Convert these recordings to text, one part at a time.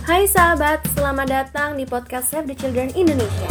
Hai sahabat, selamat datang di podcast Save the Children Indonesia.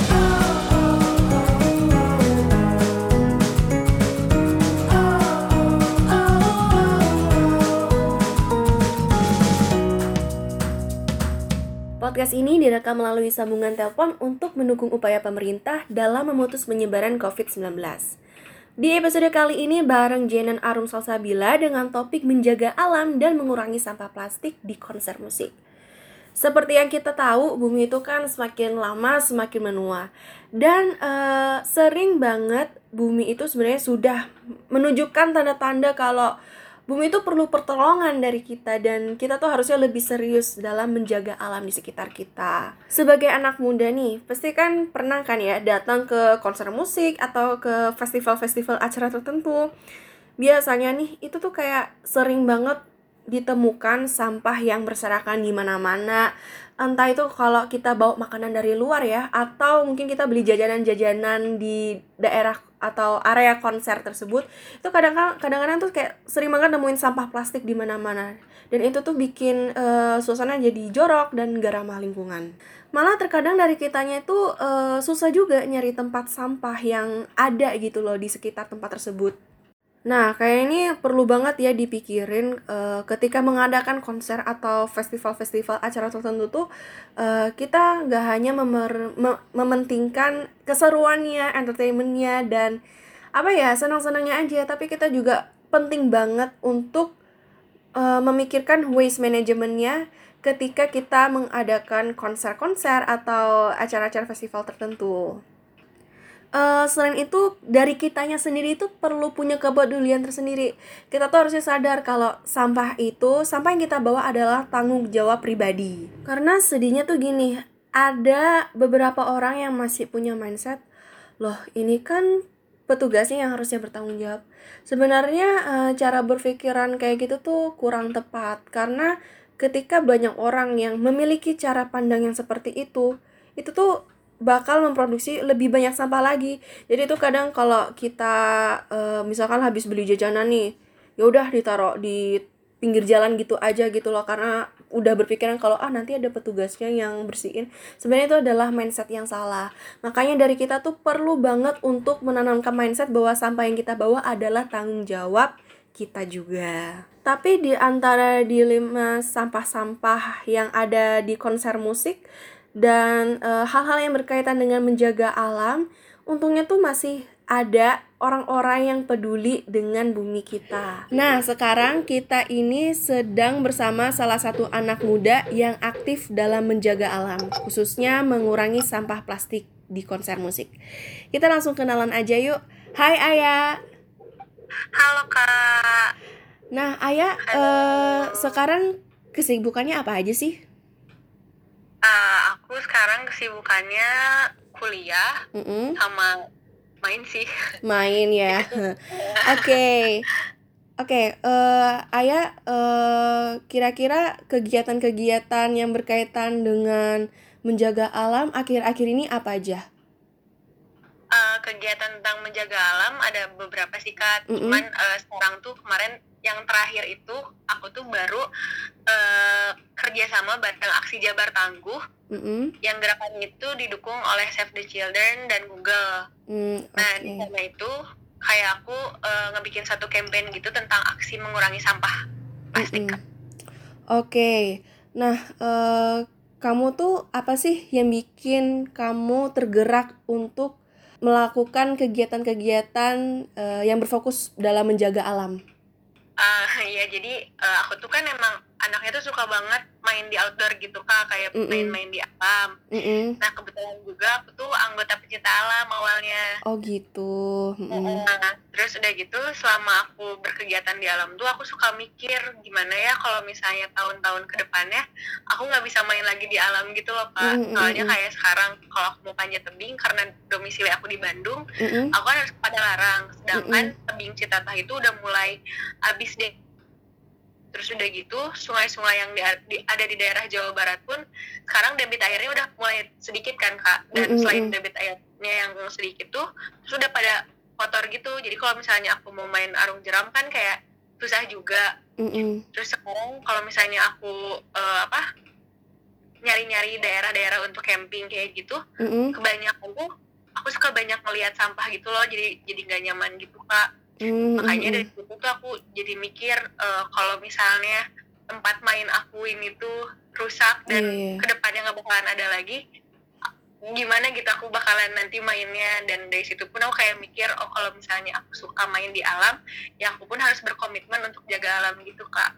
Podcast ini direkam melalui sambungan telepon untuk mendukung upaya pemerintah dalam memutus penyebaran COVID-19. Di episode kali ini bareng Jenan Arum Salsabila dengan topik menjaga alam dan mengurangi sampah plastik di konser musik. Seperti yang kita tahu, bumi itu kan semakin lama semakin menua. Dan sering banget bumi itu sebenarnya sudah menunjukkan tanda-tanda kalau bumi itu perlu pertolongan dari kita. Dan kita tuh harusnya lebih serius dalam menjaga alam di sekitar kita. Sebagai anak muda nih, pasti kan pernah kan ya datang ke konser musik atau ke festival-festival acara tertentu. Biasanya nih, itu tuh kayak sering banget ditemukan sampah yang berserakan di mana-mana. Entah itu kalau kita bawa makanan dari luar ya, atau mungkin kita beli jajanan-jajanan di daerah atau area konser tersebut, itu kadang-kadang tuh kayak sering banget nemuin sampah plastik di mana-mana. Dan itu tuh bikin suasana jadi jorok dan gak ramah lingkungan. Malah terkadang dari kitanya itu susah juga nyari tempat sampah yang ada gitu loh di sekitar tempat tersebut. Nah, kayak ini perlu banget ya dipikirin ketika mengadakan konser atau festival-festival acara tertentu tuh kita nggak hanya mementingkan keseruannya, entertainmentnya, dan senang-senangnya aja, tapi kita juga penting banget untuk memikirkan waste manajemennya ketika kita mengadakan konser-konser atau acara-acara festival tertentu. Selain itu, dari kitanya sendiri itu perlu punya kepedulian tersendiri. Kita tuh harusnya sadar kalau sampah yang kita bawa adalah tanggung jawab pribadi. Karena sedihnya tuh gini, ada beberapa orang yang masih punya mindset, loh ini kan petugasnya yang harusnya bertanggung jawab. Sebenarnya cara berpikiran kayak gitu tuh kurang tepat. Karena ketika banyak orang yang memiliki cara pandang yang seperti itu tuh bakal memproduksi lebih banyak sampah lagi. Jadi itu kadang kalau kita misalkan habis beli jajanan nih, ya udah ditaruh di pinggir jalan gitu aja gitu loh, karena udah berpikiran kalau nanti ada petugasnya yang bersihin. Sebenarnya itu adalah mindset yang salah. Makanya dari kita tuh perlu banget untuk menanamkan mindset bahwa sampah yang kita bawa adalah tanggung jawab kita juga. Tapi di antara dilema sampah-sampah yang ada di konser musik dan hal-hal yang berkaitan dengan menjaga alam, untungnya tuh masih ada orang-orang yang peduli dengan bumi kita. Nah, sekarang kita ini sedang bersama salah satu anak muda yang aktif dalam menjaga alam, khususnya mengurangi sampah plastik di konser musik. Kita langsung kenalan aja yuk. Hai Aya. Halo Kak. Nah, Aya, sekarang kesibukannya apa aja sih? Aku sekarang kesibukannya kuliah sama main sih. Main ya. Oke, Aya, kira-kira kegiatan-kegiatan yang berkaitan dengan menjaga alam akhir-akhir ini apa aja? Kegiatan tentang menjaga alam ada beberapa sih Kak. Cuman sekarang tuh kemarin yang terakhir itu aku tuh baru kerjasama bareng Aksi Jabar Tangguh. Yang gerakan itu didukung oleh Save the Children dan Google. Nah, di sana itu kayak aku ngebikin satu campaign gitu tentang aksi mengurangi sampah plastik. Oke. Nah, kamu tuh apa sih yang bikin kamu tergerak untuk melakukan kegiatan-kegiatan yang berfokus dalam menjaga alam? Ya jadi aku tuh kan emang anaknya tuh suka banget main di outdoor gitu Kak, kayak main-main di alam. Nah kebetulan juga aku tuh anggota pecinta alam awalnya. Oh gitu. Nah, terus udah gitu selama aku berkegiatan di alam tuh aku suka mikir gimana ya kalau misalnya tahun-tahun ke depannya aku nggak bisa main lagi di alam gitu loh Kak. Soalnya kayak sekarang kalau aku mau panjat tebing karena domisili aku di Bandung, aku kan harus pada larang. Sedangkan tebing Citatah itu udah mulai habis deh. Terus udah gitu sungai-sungai yang ada di daerah Jawa Barat pun sekarang debit airnya udah mulai sedikit kan Kak. Dan selain debit airnya yang sedikit tuh sudah pada kotor gitu. Jadi kalau misalnya aku mau main arung jeram kan kayak susah juga. Terus sekarang kalau misalnya aku nyari-nyari daerah-daerah untuk camping kayak gitu, kebanyakan tuh aku suka banyak ngelihat sampah gitu loh, jadi nggak nyaman gitu Kak. Makanya dari situ tuh aku jadi mikir kalau misalnya tempat main aku ini tuh rusak dan kedepannya nggak bakalan ada lagi, gimana gitu aku bakalan nanti mainnya. Dan dari situ pun aku kayak mikir, oh kalau misalnya aku suka main di alam, ya aku pun harus berkomitmen untuk jaga alam gitu Kak.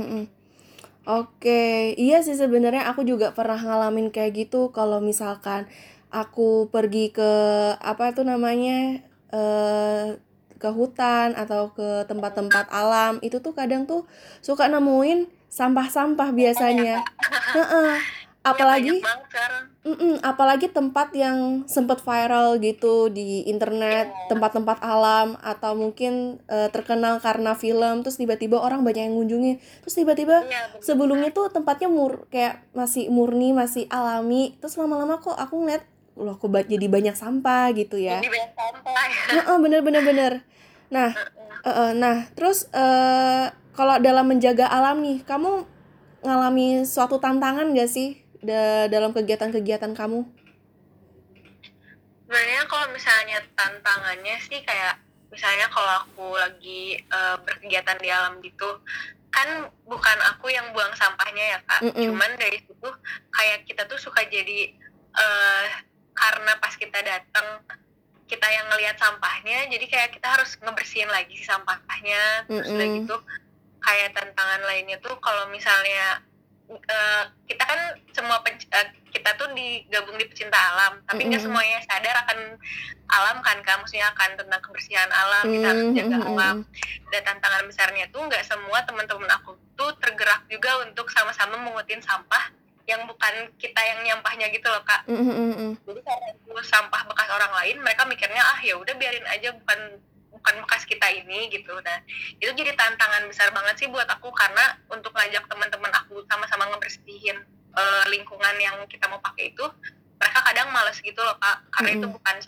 Oke, iya sih sebenarnya aku juga pernah ngalamin kayak gitu. Kalau misalkan aku pergi ke apa tuh namanya ke hutan atau ke tempat-tempat alam, itu tuh kadang tuh suka nemuin sampah-sampah biasanya. Apalagi apalagi tempat yang sempat viral gitu di internet, tempat-tempat alam atau mungkin terkenal karena film, terus tiba-tiba orang banyak yang ngunjungi, terus tiba-tiba sebelumnya tuh tempatnya kayak masih murni, masih alami, terus lama-lama kok aku ngeliat loh kok jadi banyak sampah gitu ya. Jadi banyak sampah. Bener. Nah terus kalau dalam menjaga alam nih, kamu ngalami suatu tantangan gak sih dalam kegiatan-kegiatan kamu? Sebenarnya kalau misalnya tantangannya sih kayak misalnya kalau aku lagi berkegiatan di alam gitu, kan bukan aku yang buang sampahnya ya Kak. Cuman dari situ kayak kita tuh suka jadi karena pas kita datang kita yang ngelihat sampahnya, jadi kayak kita harus ngebersihin lagi si sampahnya. Terus udah gitu kayak tantangan lainnya tuh kalau misalnya kita kan semua kita tuh digabung di pecinta alam, tapi nggak semuanya sadar akan alam kan Kak, maksudnya akan tentang kebersihan alam, kita harus jaga alam. Dan tantangan besarnya tuh nggak semua teman-teman aku tuh tergerak juga untuk sama-sama mengutin sampah yang bukan kita yang nyampahnya gitu loh Kak. Jadi karena itu sampah bekas orang lain, mereka mikirnya ya udah biarin aja, bukan bekas kita ini gitu. Nah itu jadi tantangan besar banget sih buat aku, karena untuk ngajak teman-teman aku sama-sama ngebersihin lingkungan yang kita mau pakai itu, mereka kadang malas gitu loh Kak, karena itu bukan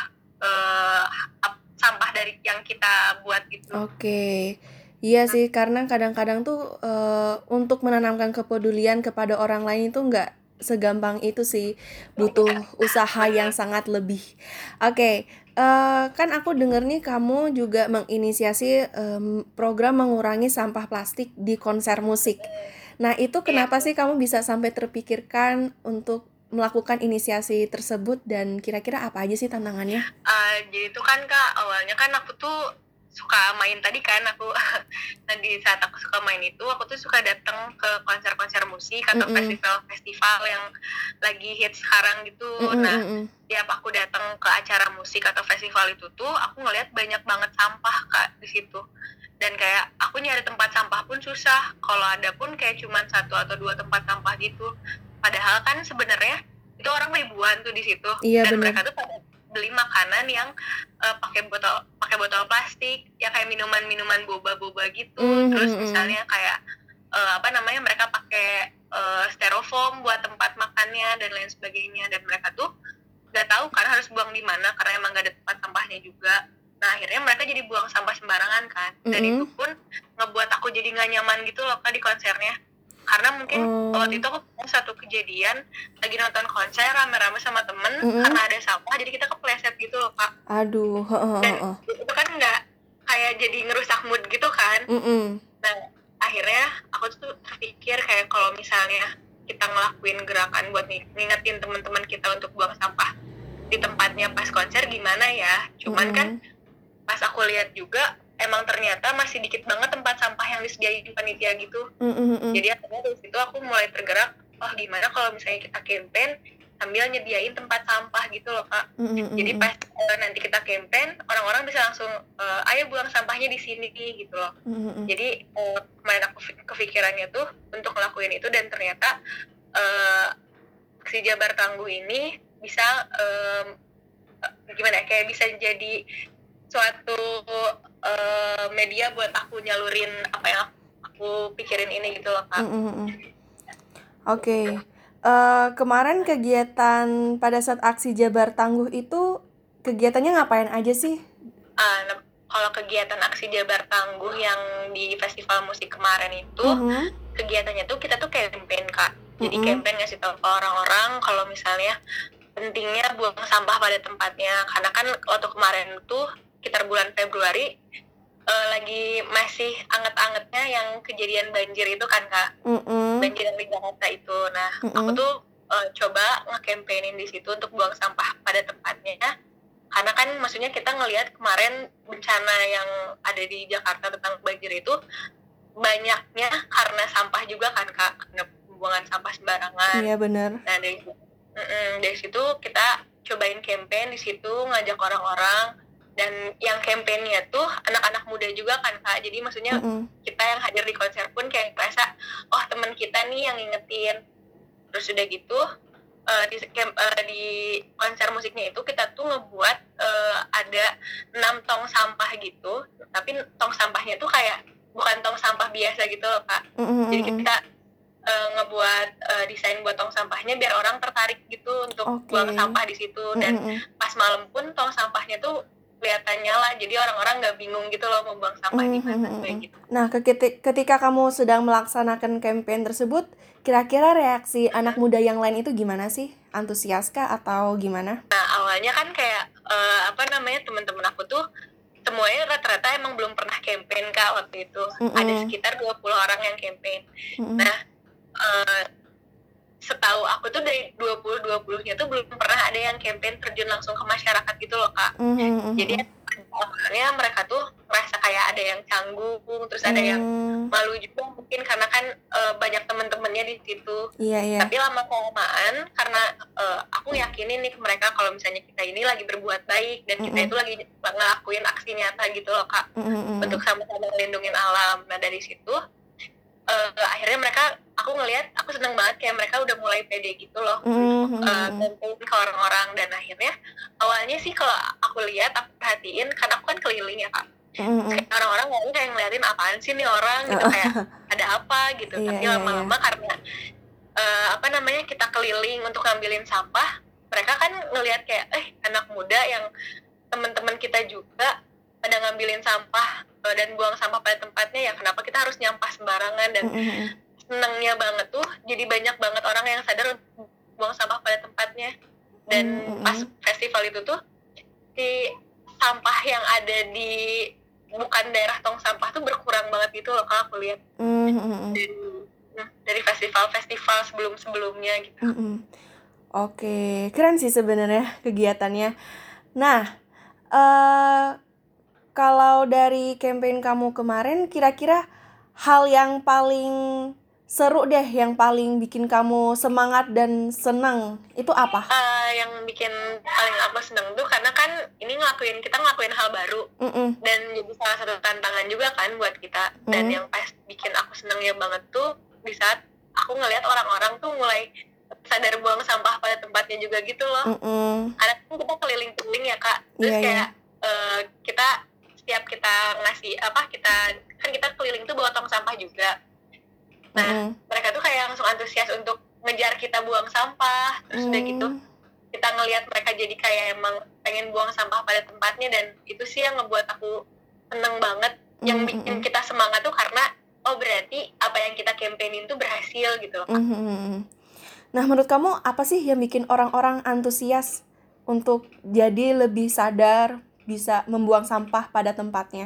sampah dari yang kita buat gitu. Oke. Iya sih, karena kadang-kadang tuh untuk menanamkan kepedulian kepada orang lain itu nggak segampang itu sih, butuh usaha yang sangat lebih. Oke. Kan aku denger nih kamu juga menginisiasi program mengurangi sampah plastik di konser musik. Nah itu kenapa sih kamu bisa sampai terpikirkan untuk melakukan inisiasi tersebut, dan kira-kira apa aja sih tantangannya? Jadi itu kan Kak, awalnya kan aku tuh suka main tadi kan, aku tadi saat aku suka main itu, aku tuh suka datang ke konser-konser musik atau festival-festival yang lagi hits sekarang gitu. Nah, tiap aku datang ke acara musik atau festival itu tuh, aku ngeliat banyak banget sampah Kak di situ. Dan kayak aku nyari tempat sampah pun susah. Kalau ada pun kayak cuma 1 atau 2 tempat sampah gitu. Padahal kan sebenarnya itu orang ribuan tuh di situ. Iya, dan bener. mereka tuh pada beli makanan yang pakai botol plastik, ya kayak minuman boba gitu. Terus misalnya kayak mereka pakai styrofoam buat tempat makannya dan lain sebagainya. Dan mereka tuh nggak tahu kan harus buang di mana karena emang nggak ada tempat sampahnya juga. Nah akhirnya mereka jadi buang sampah sembarangan kan. Dan itu pun ngebuat aku jadi nggak nyaman gitu loh Kak di konsernya. Karena mungkin waktu itu aku punya satu kejadian lagi nonton konser rame-rame sama temen, karena ada sampah jadi kita kepleset gitu loh Kak. Aduh. Dan itu kan nggak kayak jadi ngerusak mood gitu kan. Nah akhirnya aku tuh terpikir kayak kalau misalnya kita ngelakuin gerakan buat ngingetin teman-teman kita untuk buang sampah di tempatnya pas konser gimana ya. Cuman kan pas aku lihat juga emang ternyata masih dikit banget tempat sampah yang disediain panitia gitu. Jadi akhirnya dari situ aku mulai tergerak, gimana kalau misalnya kita campaign sambil nyediain tempat sampah gitu loh Kak. Jadi pas nanti kita campaign, orang-orang bisa langsung ayo buang sampahnya di sini gitu loh. Jadi kemarin aku kepikirannya tuh untuk ngelakuin itu, dan ternyata Aksi Jabar Tangguh ini bisa kayak bisa jadi suatu media buat aku nyalurin apa yang aku pikirin ini gitu loh Kak. Oke. Kemarin kegiatan pada saat Aksi Jabar Tangguh itu kegiatannya ngapain aja sih? Kalau kegiatan Aksi Jabar Tangguh yang di festival musik kemarin itu, kegiatannya tuh kita tuh campaign Kak. Jadi campaign ngasih tahu ke orang-orang kalau misalnya pentingnya buang sampah pada tempatnya, karena kan waktu kemarin tuh sekitar bulan Februari lagi masih anget-angetnya yang kejadian banjir itu kan Kak, banjir yang di Jakarta itu. Nah aku tuh coba nge-campaignin di situ untuk buang sampah pada tempatnya, karena kan maksudnya kita ngelihat kemarin bencana yang ada di Jakarta tentang banjir itu banyaknya karena sampah juga kan Kak, karena pembuangan sampah sembarangan. Iya benar. Nah dari situ kita cobain campaign di situ, ngajak orang-orang, dan yang campaignnya tuh anak-anak muda juga kan Kak, jadi maksudnya kita yang hadir di konser pun kayak merasa oh teman kita nih yang ngingetin. Terus udah gitu di konser musiknya itu kita tuh ngebuat ada 6 tong sampah gitu, tapi tong sampahnya tuh kayak bukan tong sampah biasa gitu loh Kak. Jadi kita ngebuat desain buat tong sampahnya biar orang tertarik gitu untuk buang sampah di situ. Dan pas malam pun tong sampahnya tuh kelihatan nyala, jadi orang-orang nggak bingung gitu loh mau buang sampah di mana kayak gitu. Nah, ketika kamu sedang melaksanakan campaign tersebut, kira-kira reaksi anak muda yang lain itu gimana sih? Antusiaskah atau gimana? Nah, awalnya kan kayak teman-teman aku tuh semuanya rata-rata emang belum pernah campaign Kak waktu itu. Ada sekitar 20 orang yang campaign. Nah, setahu aku tuh dari 20-20-nya tuh belum pernah ada yang campaign terjun langsung ke masyarakat gitu loh Kak. Jadi awalnya mereka tuh merasa kayak ada yang canggung, terus ada yang malu juga mungkin karena kan banyak temen-temennya di situ. Iya. Tapi lama-kelamaan karena aku yakinin nih ke mereka kalau misalnya kita ini lagi berbuat baik dan kita itu lagi ngelakuin aksi nyata gitu loh Kak, untuk sama-sama melindungi alam. Nah dari situ akhirnya aku ngelihat aku seneng banget kayak mereka udah mulai pede gitu loh untuk ke orang-orang. Dan akhirnya awalnya sih kalau aku lihat, aku perhatiin karena aku kan keliling ya Kak, kayak orang-orang ngomong kayak ngeliatin apaan sih nih orang gitu, kayak ada apa gitu. Tapi lama-lama karena kita keliling untuk ngambilin sampah, mereka kan ngelihat kayak anak muda yang teman-teman kita juga pada ngambilin sampah dan buang sampah pada tempatnya, ya kenapa kita harus nyampah sembarangan. Dan senengnya banget tuh jadi banyak banget orang yang sadar untuk buang sampah pada tempatnya. Dan pas festival itu tuh si sampah yang ada di bukan daerah tong sampah tuh berkurang banget gitu loh Kak, aku lihat dari festival-festival sebelum-sebelumnya gitu. Oke, keren sih sebenarnya kegiatannya. Nah, kalau dari campaign kamu kemarin, kira-kira hal yang paling seru deh, yang paling bikin kamu semangat dan senang, itu apa? Yang bikin paling aku seneng tuh karena kan ini kita ngelakuin hal baru, dan jadi salah satu tantangan juga kan buat kita. Dan yang pas bikin aku senengnya banget tuh di saat aku ngelihat orang-orang tuh mulai sadar buang sampah pada tempatnya juga gitu loh. Karena kan kita keliling-keliling ya Kak, terus kita setiap kita ngasih kita keliling tuh bawa tong sampah juga. Nah mereka tuh kayak langsung antusias untuk ngejar kita buang sampah. Terus udah gitu kita ngelihat mereka jadi kayak emang pengen buang sampah pada tempatnya, dan itu sih yang ngebuat aku seneng banget. Yang bikin kita semangat tuh karena berarti apa yang kita campaignin tuh berhasil gitu. Nah menurut kamu apa sih yang bikin orang-orang antusias untuk jadi lebih sadar bisa membuang sampah pada tempatnya?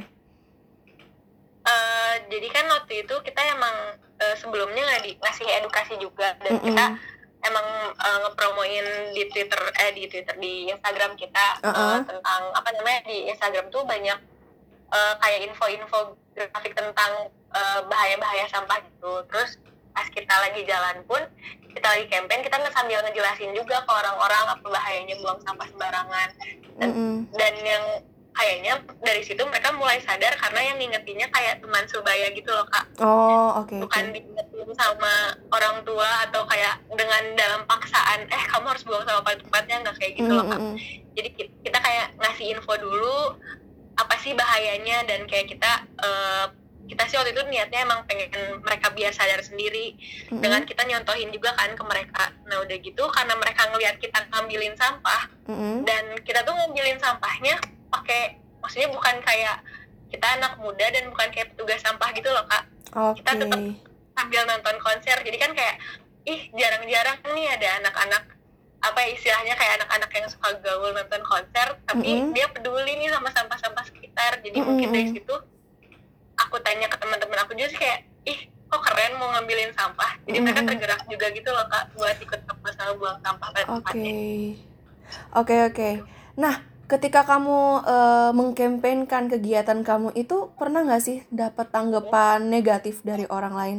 Jadi kan waktu itu kita emang sebelumnya ngasih edukasi juga, dan kita emang ngepromoin di Instagram kita tentang di Instagram tuh banyak kayak info-info grafik tentang bahaya-bahaya sampah gitu. Terus pas kita lagi jalan pun, kita lagi campaign, kita sambil ngejelasin juga ke orang-orang apa bahayanya buang sampah sembarangan. Dan yang kayaknya dari situ mereka mulai sadar karena yang ngingetinnya kayak teman sebaya gitu loh Kak. Bukan diingetin sama orang tua atau kayak dengan dalam paksaan kamu harus buang sampah pada tempatnya, nggak kayak gitu loh Kak. Jadi kita kayak ngasih info dulu apa sih bahayanya, dan kayak kita sih waktu itu niatnya emang pengen mereka biar sadar sendiri dengan kita nyontohin juga kan ke mereka. Nah udah gitu karena mereka ngelihat kita ngambilin sampah, dan kita tuh ngambilin sampahnya maksudnya bukan kayak kita anak muda dan bukan kayak petugas sampah gitu loh Kak. Kita tetap sambil nonton konser, jadi kan kayak jarang-jarang nih ada anak-anak, apa ya, istilahnya kayak anak-anak yang suka gaul nonton konser tapi dia peduli nih sama sampah-sampah sekitar. Jadi mungkin dari situ aku tanya ke teman-teman aku juga sih, kayak kok keren mau ngambilin sampah. Jadi mereka tergerak juga gitu loh Kak buat ikut sama buang sampah pada tempatnya. Oke. Nah, ketika kamu mengkampanyekan kegiatan kamu itu, pernah nggak sih dapat tanggapan negatif dari orang lain?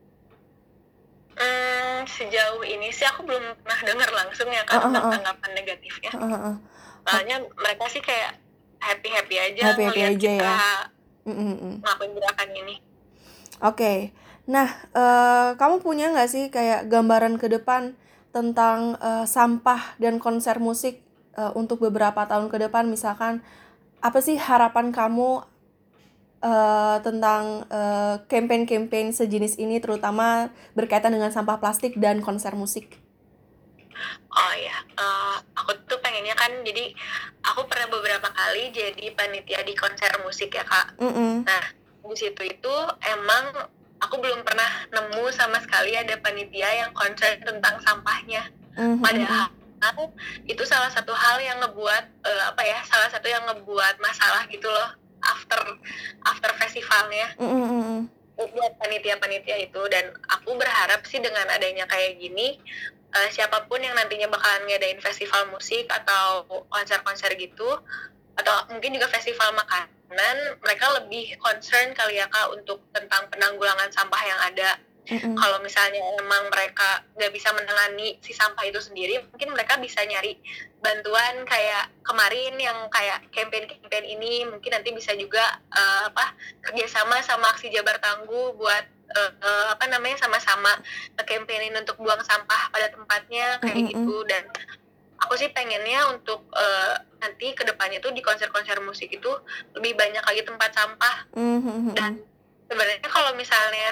Sejauh ini sih aku belum pernah dengar langsung ya Kak tentang tanggapan negatifnya. Soalnya mereka sih kayak happy aja ngeliat kita ngelakuin gerakan ini. Oke. Nah, kamu punya nggak sih kayak gambaran ke depan tentang sampah dan konser musik untuk beberapa tahun ke depan? Misalkan, apa sih harapan kamu tentang campaign sejenis ini, terutama berkaitan dengan sampah plastik dan konser musik? Oh ya, aku tuh pengennya kan, jadi aku pernah beberapa kali jadi panitia di konser musik ya Kak. Nah, di situ itu emang aku belum pernah nemu sama sekali ada panitia yang concern tentang sampahnya. Padahal itu salah satu hal yang ngebuat salah satu yang ngebuat masalah gitu loh after festivalnya. Buat panitia itu. Dan aku berharap sih dengan adanya kayak gini, siapapun yang nantinya bakalan ngadain festival musik atau konser-konser gitu, atau mungkin juga festival makanan, mereka lebih concern kali ya Kak untuk tentang penanggulangan sampah yang ada. Kalau misalnya emang mereka nggak bisa menangani si sampah itu sendiri, mungkin mereka bisa nyari bantuan kayak kemarin yang kayak campaign ini. Mungkin nanti bisa juga kerjasama sama Aksi Jabar Tangguh buat sama-sama campaignin untuk buang sampah pada tempatnya kayak gitu. Dan aku sih pengennya untuk nanti kedepannya tuh di konser-konser musik itu lebih banyak lagi tempat sampah. Dan sebenarnya kalau misalnya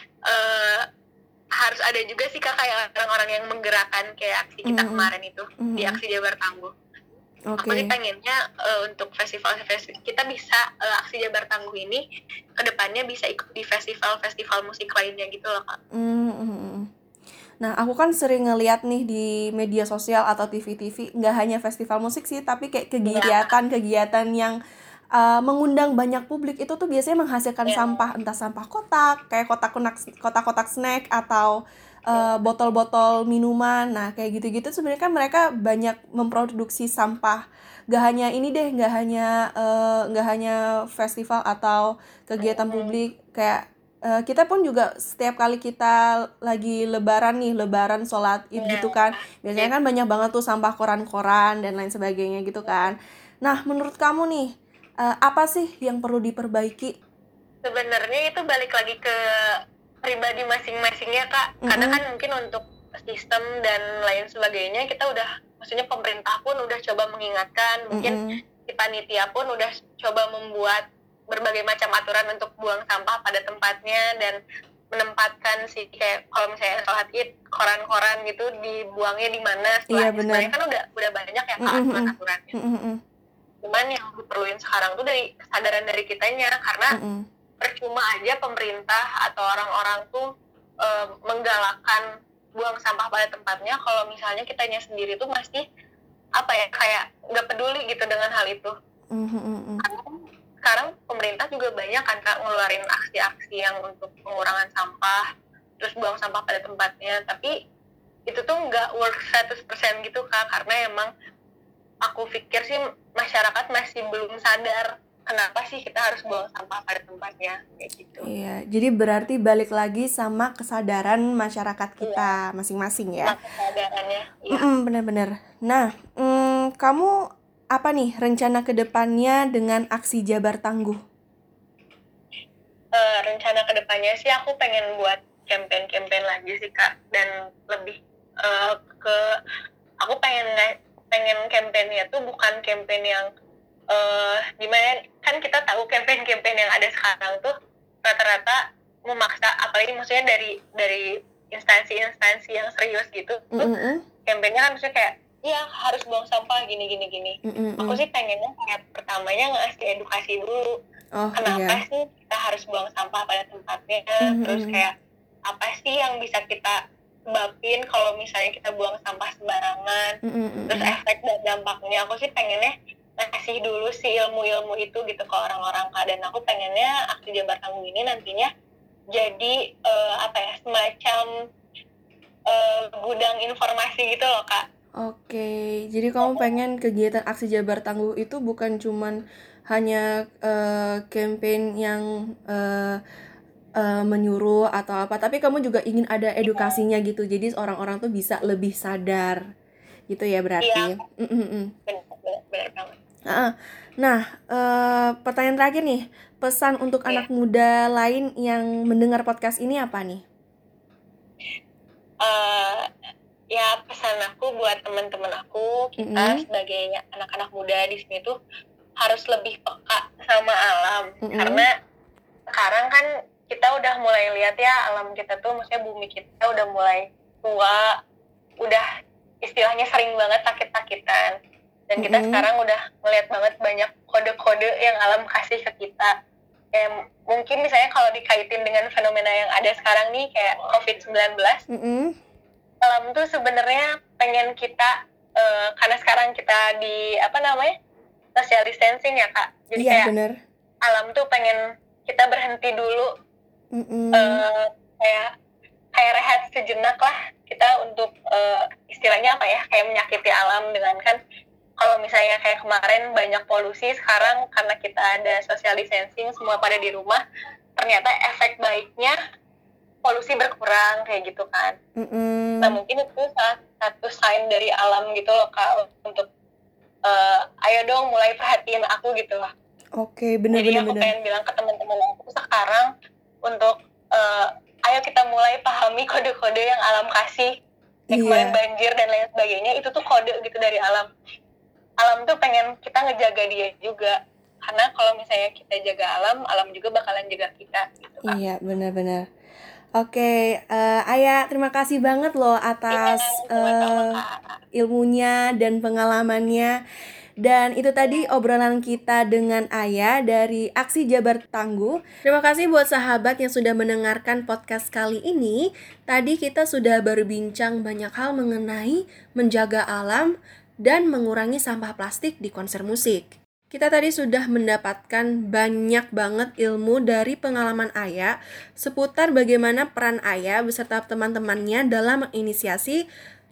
harus ada juga sih Kak kayak orang-orang yang menggerakkan kayak aksi kita kemarin itu di Aksi Jabar Tangguh. Aku sih pengennya untuk festival kita bisa Aksi Jabar Tangguh ini kedepannya bisa ikut di festival musik lainnya gitu loh Kak. Nah, aku kan sering ngeliat nih di media sosial atau TV, nggak hanya festival musik sih, tapi kayak kegiatan yang mengundang banyak publik itu tuh biasanya menghasilkan sampah, entah sampah kotak, kayak kotak-kotak snack atau botol-botol minuman. Nah, kayak gitu-gitu sebenarnya kan mereka banyak memproduksi sampah. Gak hanya festival atau kegiatan publik, kayak kita pun juga setiap kali kita lagi lebaran sholat id gitu kan, biasanya kan banyak banget tuh sampah koran-koran dan lain sebagainya gitu kan. Nah, menurut kamu nih, apa sih yang perlu diperbaiki? Sebenarnya itu balik lagi ke pribadi masing-masingnya Kak. Karena kan mungkin untuk sistem dan lain sebagainya kita udah, maksudnya pemerintah pun udah coba mengingatkan, mungkin si panitia pun udah coba membuat berbagai macam aturan untuk buang sampah pada tempatnya dan menempatkan si kayak kalau misalnya sholat id koran-koran gitu dibuangnya di mana. Sebenarnya kan udah banyak ya Kak aturan-aturannya. Cuman yang diperluin sekarang tuh dari kesadaran dari kitanya, karena percuma aja pemerintah atau orang-orang tuh menggalakkan buang sampah pada tempatnya kalau misalnya kitanya sendiri tuh masih kayak nggak peduli gitu dengan hal itu. Karena sekarang pemerintah juga banyak kan Kak ngeluarin aksi-aksi yang untuk pengurangan sampah terus buang sampah pada tempatnya, tapi itu tuh nggak work 100% gitu Kak, karena emang aku pikir sih masyarakat masih belum sadar kenapa sih kita harus buang sampah pada tempatnya kayak gitu. Iya, jadi berarti balik lagi sama kesadaran masyarakat kita masing-masing ya. Kesadarannya. Iya. Benar-benar. Nah, kamu apa nih rencana kedepannya dengan Aksi Jabar Tangguh? Rencana kedepannya sih aku pengen buat campaign lagi sih Kak, dan lebih aku pengen campaignnya tuh bukan campaign yang gimana, kan kita tahu campaign yang ada sekarang tuh rata-rata memaksa, apalagi maksudnya dari instansi-instansi yang serius gitu tuh campaignnya kan maksudnya kayak harus buang sampah gini. Aku sih pengennya kayak pertamanya ngasih edukasi dulu kenapa sih kita harus buang sampah pada tempatnya, terus kayak apa sih yang bisa kita sebabin kalau misalnya kita buang sampah sembarangan, terus efek dan dampaknya. Aku sih pengennya ngasih dulu sih ilmu-ilmu itu gitu ke orang-orang, Kak. Dan aku pengennya Aksi Jabar Tangguh ini nantinya jadi semacam gudang informasi gitu loh, Kak. Oke, jadi kamu pengen kegiatan Aksi Jabar Tangguh itu bukan cuman hanya campaign yang menyuruh atau apa, tapi kamu juga ingin ada edukasinya gitu, jadi orang-orang tuh bisa lebih sadar gitu ya berarti. Iya, benar banget. Nah, pertanyaan terakhir nih, pesan untuk anak muda lain yang mendengar podcast ini apa nih? Ya pesan aku buat teman-teman aku, kita sebagai anak-anak muda di sini tuh harus lebih peka sama alam, karena sekarang kan kita udah mulai lihat ya alam kita tuh, maksudnya bumi kita udah mulai tua, udah istilahnya sering banget sakit-sakitan, dan kita sekarang udah melihat banget banyak kode-kode yang alam kasih ke kita. Kayak mungkin misalnya kalau dikaitin dengan fenomena yang ada sekarang nih kayak COVID-19, alam tuh sebenarnya pengen kita karena sekarang kita di social distancing ya, Kak. Jadi kayak bener. Alam tuh pengen kita berhenti dulu, kayak rehat sejenak lah kita untuk istilahnya kayak menyakiti alam dengan kan kalau misalnya kayak kemarin banyak polusi, sekarang karena kita ada social distancing semua pada di rumah, ternyata efek baiknya polusi berkurang kayak gitu kan. Nah mungkin itu salah satu sign dari alam gitu loh, Kak, untuk ayo dong mulai perhatiin aku gitu lah. Oke, benar. Jadi aku pengen bilang ke teman-teman aku sekarang untuk ayo kita mulai pahami kode-kode yang alam kasih. Kemarin banjir dan lain sebagainya, itu tuh kode gitu dari alam. Alam tuh pengen kita ngejaga dia juga. Karena kalau misalnya kita jaga alam, alam juga bakalan jaga kita gitu, Kak. Iya, benar-benar. Oke, Aya, terima kasih banget loh atas ilmunya dan pengalamannya. Dan itu tadi obrolan kita dengan Aya dari Aksi Jabar Tangguh. Terima kasih buat sahabat yang sudah mendengarkan podcast kali ini. Tadi kita sudah berbincang banyak hal mengenai menjaga alam dan mengurangi sampah plastik di konser musik. Kita tadi sudah mendapatkan banyak banget ilmu dari pengalaman Aya seputar bagaimana peran Aya beserta teman-temannya dalam menginisiasi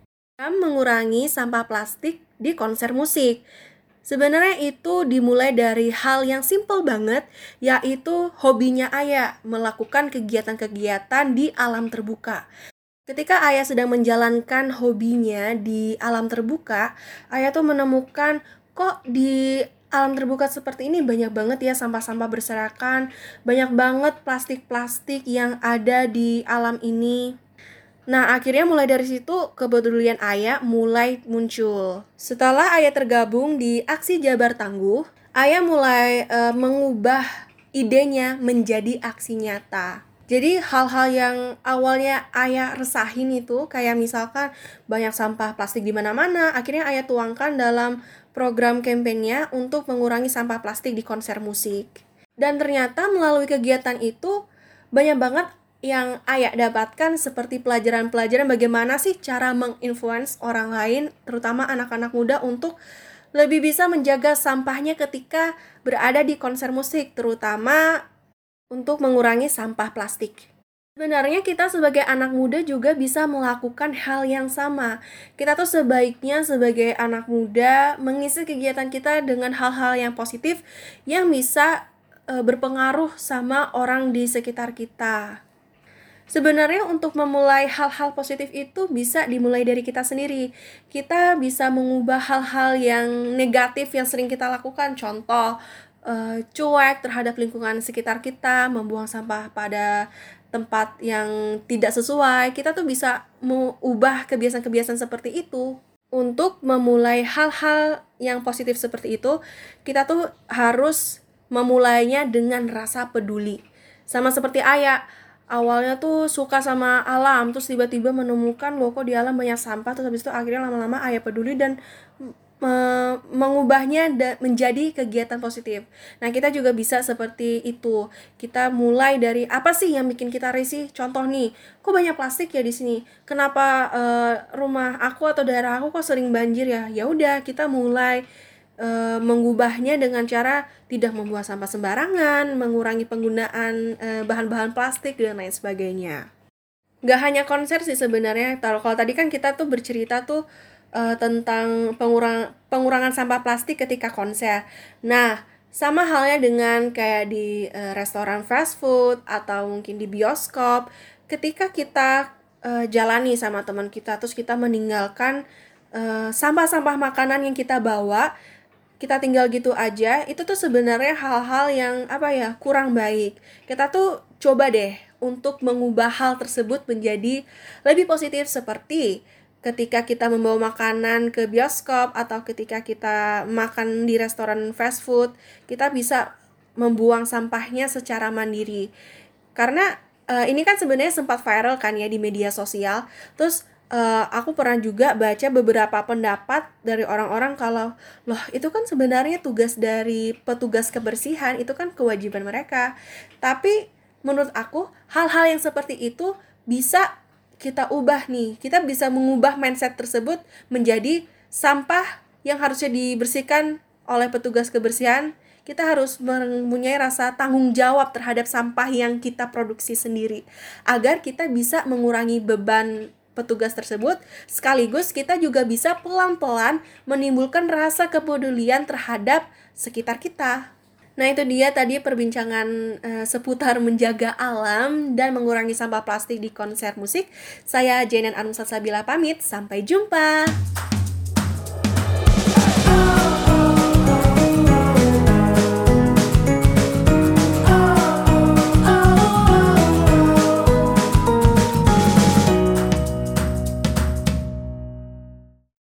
mengurangi sampah plastik di konser musik. Sebenarnya itu dimulai dari hal yang simple banget, yaitu hobinya Aya melakukan kegiatan-kegiatan di alam terbuka. Ketika Aya sedang menjalankan hobinya di alam terbuka, Aya tuh menemukan kok di alam terbuka seperti ini banyak banget ya sampah-sampah berserakan, banyak banget plastik-plastik yang ada di alam ini. Nah, akhirnya mulai dari situ kepedulian Aya mulai muncul. Setelah Aya tergabung di Aksi Jabar Tangguh, Aya mulai mengubah idenya menjadi aksi nyata. Jadi hal-hal yang awalnya Aya resahin itu kayak misalkan banyak sampah plastik di mana-mana, akhirnya Aya tuangkan dalam program kampanye untuk mengurangi sampah plastik di konser musik. Dan ternyata melalui kegiatan itu banyak banget yang Aya dapatkan seperti pelajaran-pelajaran bagaimana sih cara menginfluence orang lain, terutama anak-anak muda untuk lebih bisa menjaga sampahnya ketika berada di konser musik, terutama untuk mengurangi sampah plastik. Sebenarnya kita sebagai anak muda juga bisa melakukan hal yang sama. Kita tuh sebaiknya sebagai anak muda mengisi kegiatan kita dengan hal-hal yang positif yang bisa berpengaruh sama orang di sekitar kita. Sebenarnya untuk memulai hal-hal positif itu bisa dimulai dari kita sendiri. Kita bisa mengubah hal-hal yang negatif yang sering kita lakukan. Contoh, cuek terhadap lingkungan sekitar kita, membuang sampah pada tempat yang tidak sesuai. Kita tuh bisa mengubah kebiasaan-kebiasaan seperti itu. Untuk memulai hal-hal yang positif seperti itu, kita tuh harus memulainya dengan rasa peduli. Sama seperti Aya, awalnya tuh suka sama alam, terus tiba-tiba menemukan loh kok di alam banyak sampah, terus habis itu akhirnya lama-lama Aya peduli dan mengubahnya menjadi kegiatan positif. Nah, kita juga bisa seperti itu. Kita mulai dari apa sih yang bikin kita risih? Contoh nih, kok banyak plastik ya di sini? Kenapa rumah aku atau daerah aku kok sering banjir ya? Ya udah, kita mulai mengubahnya dengan cara tidak membuang sampah sembarangan, mengurangi penggunaan bahan-bahan plastik dan lain sebagainya. Gak hanya konser sih sebenarnya. Kalau tadi kan kita tuh bercerita tuh tentang pengurangan sampah plastik ketika konser. Nah, sama halnya dengan kayak di restoran fast food atau mungkin di bioskop. Ketika kita jalani sama teman kita, terus kita meninggalkan sampah-sampah makanan yang kita bawa, kita tinggal gitu aja, itu tuh sebenarnya hal-hal yang kurang baik. Kita tuh coba deh untuk mengubah hal tersebut menjadi lebih positif, seperti ketika kita membawa makanan ke bioskop atau ketika kita makan di restoran fast food, kita bisa membuang sampahnya secara mandiri. Karena ini kan sebenarnya sempat viral kan ya di media sosial. Terus aku pernah juga baca beberapa pendapat dari orang-orang kalau loh, itu kan sebenarnya tugas dari petugas kebersihan, itu kan kewajiban mereka. Tapi menurut aku hal-hal yang seperti itu bisa kita ubah nih. Kita bisa mengubah mindset tersebut menjadi sampah yang harusnya dibersihkan oleh petugas kebersihan. Kita harus mempunyai rasa tanggung jawab terhadap sampah yang kita produksi sendiri, agar kita bisa mengurangi beban petugas tersebut, sekaligus kita juga bisa pelan-pelan menimbulkan rasa kepedulian terhadap sekitar kita. Nah, itu dia tadi perbincangan seputar menjaga alam dan mengurangi sampah plastik di konser musik. Saya Jenan Anum Salsabila pamit, sampai jumpa.